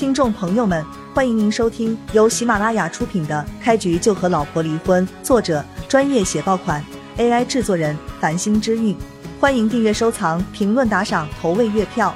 听众朋友们，欢迎您收听由喜马拉雅出品的《开局就和老婆离婚》，作者专业写爆款 ，AI 制作人繁星之韵。欢迎订阅、收藏、评论、打赏、投喂月票。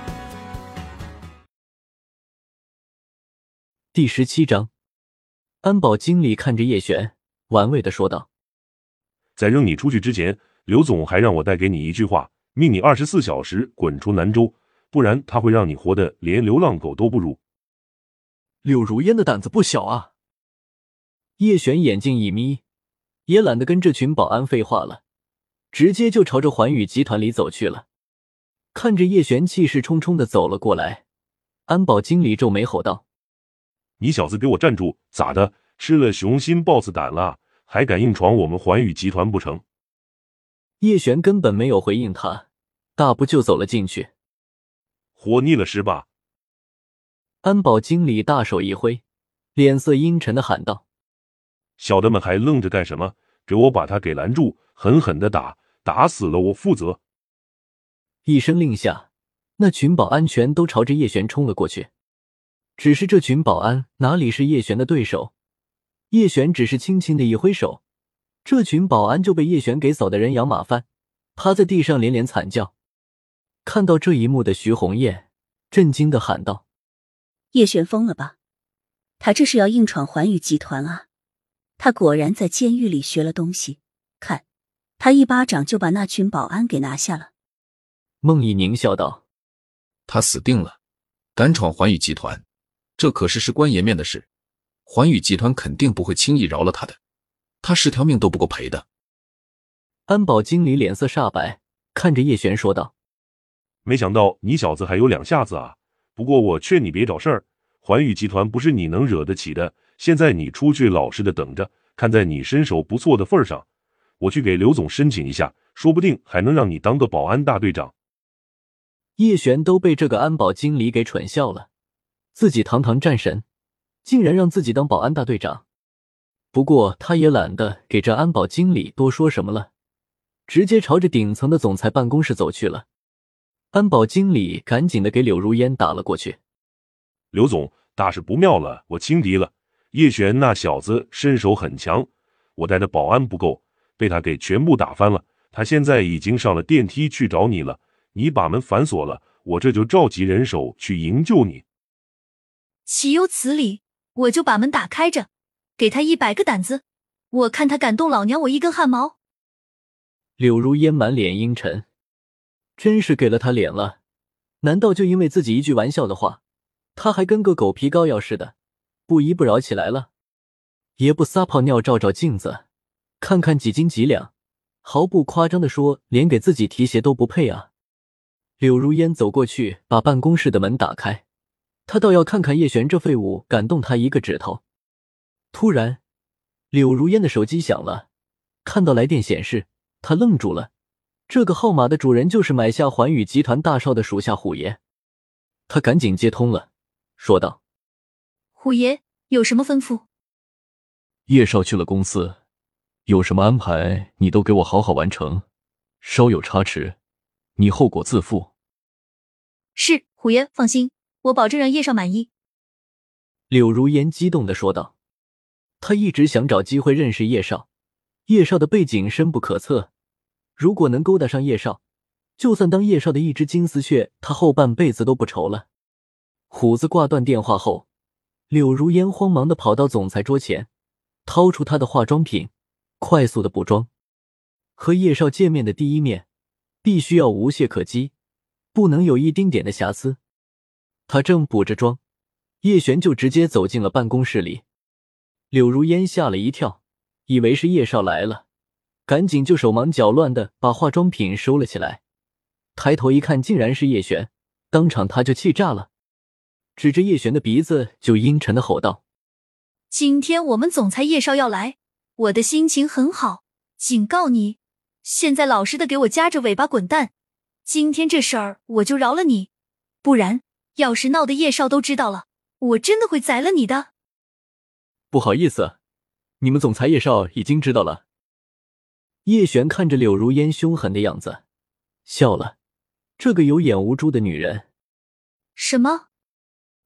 第17章，安保经理看着叶璇，玩味地说道：“ 在扔你出去之前，刘总还让我带给你一句话，命你24小时滚出南州，不然他会让你活得连流浪狗都不如。” 柳如烟的胆子不小啊！叶璇眼睛一眯，也懒得跟这群保安废话了，直接就朝着环宇集团里走去了。看着叶璇气势冲冲地走了过来，安保经理皱眉吼道：“ 你小子给我站住！咋的？吃了雄心豹子胆了，还敢硬闯我们环宇集团不成？” 叶璇根本没有回应他，大步就走了进去。 活腻了是吧？ 安保经理大手一挥，脸色阴沉地喊道：“ 小的们还愣着干什么？给我把他给拦住，狠狠地打，打死了我负责！” 一声令下，那群保安全都朝着叶璇冲了过去。只是这群保安哪里是叶璇的对手？叶璇只是轻轻的一挥手，这群保安就被叶璇给扫得人仰马翻，趴在地上连连惨叫。看到这一幕的徐红艳震惊地喊道：“ 叶璇疯了吧？他这是要硬闯环宇集团啊！他果然在监狱里学了东西，看，他一巴掌就把那群保安给拿下了。” 孟以宁笑道：“ 他死定了，敢闯环宇集团，这可是事关颜面的事，环宇集团肯定不会轻易饶了他的，他10条命都不够赔的。” 安保经理脸色煞白，看着叶璇说道：“ 没想到你小子还有两下子啊！不过我劝你别找事儿，环宇集团不是你能惹得起的。现在你出去老实的等着，看在你身手不错的份上，我去给刘总申请一下，说不定还能让你当个保安大队长。” 叶璇都被这个安保经理给蠢笑了，自己堂堂战神，竟然让自己当保安大队长。不过他也懒得给这安保经理多说什么了，直接朝着顶层的总裁办公室走去了。安保经理赶紧的给柳如烟打了过去：“ 刘总，大事不妙了，我轻敌了。叶璇那小子身手很强，我带的保安不够，被他给全部打翻了。他现在已经上了电梯去找你了，你把门反锁了，我这就召集人手去营救你。” 岂有此理！我就把门打开着，给他100个胆子，我看他敢动老娘我一根汗毛。 柳如烟满脸阴沉，真是给了他脸了。难道就因为自己一句玩笑的话，他还跟个狗皮膏药似的不依不饶起来了？也不撒泡尿照照镜子，看看几斤几两，毫不夸张地说，连给自己提鞋都不配啊！柳如烟走过去把办公室的门打开，他倒要看看叶璇这废物敢动他一个指头。突然柳如烟的手机响了，看到来电显示，他愣住了，这个号码的主人就是买下环宇集团大少的属下虎爷。他赶紧接通了，说道：“ 虎爷，有什么吩咐？”“ 叶少去了公司，有什么安排你都给我好好完成，稍有差池，你后果自负。”“ 是，虎爷，放心，我保证让叶少满意。” 柳如烟激动地说道。他一直想找机会认识叶少，叶少的背景深不可测，如果能勾搭上叶少，就算当叶少的一只金丝雀，他后半辈子都不愁了。虎子挂断电话后，柳如烟慌忙地跑到总裁桌前，掏出他的化妆品，快速地补妆。和叶少见面的第一面，必须要无懈可击，不能有一丁点的瑕疵。他正补着妆，叶璇就直接走进了办公室里。柳如烟吓了一跳，以为是叶少来了，赶紧就手忙脚乱地把化妆品收了起来。抬头一看，竟然是叶璇，当场他就气炸了，指着叶璇的鼻子就阴沉地吼道：“ 今天我们总裁叶少要来，我的心情很好，警告你，现在老实的给我夹着尾巴滚蛋，今天这事儿我就饶了你，不然要是闹得叶少都知道了，我真的会宰了你的。”“ 不好意思，你们总裁叶少已经知道了。”叶璇看着柳如烟凶狠的样子，笑了，这个有眼无珠的女人。 “什么？”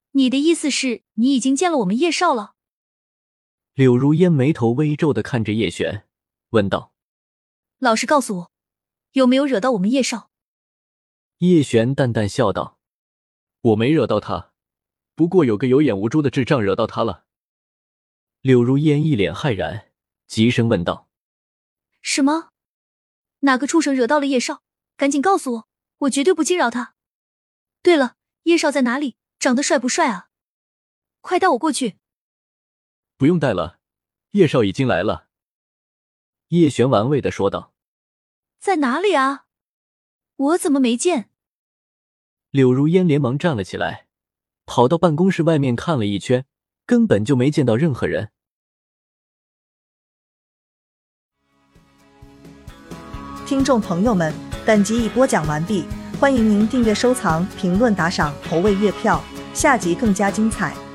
你的意思是你已经见了我们叶少了？ 柳如烟眉头微皱地看着叶璇，问道： 老实告诉我，有没有惹到我们叶少？ 叶璇淡淡笑道：我没惹到他，不过有个有眼无珠的智障惹到他了。柳如烟一脸骇然，急声问道： 什么？哪个畜生惹到了叶少？赶紧告诉我，我绝对不惊扰他。对了，叶少在哪里？长得帅不帅啊？快带我过去。 不用带了，叶少已经来了。 叶璇玩味地说道。 在哪里啊？我怎么没见？ 柳如烟连忙站了起来，跑到办公室外面看了一圈，根本就没见到任何人。 听众朋友们，本集已播讲完毕，欢迎您订阅、收藏、评论、打赏、投喂月票，下集更加精彩。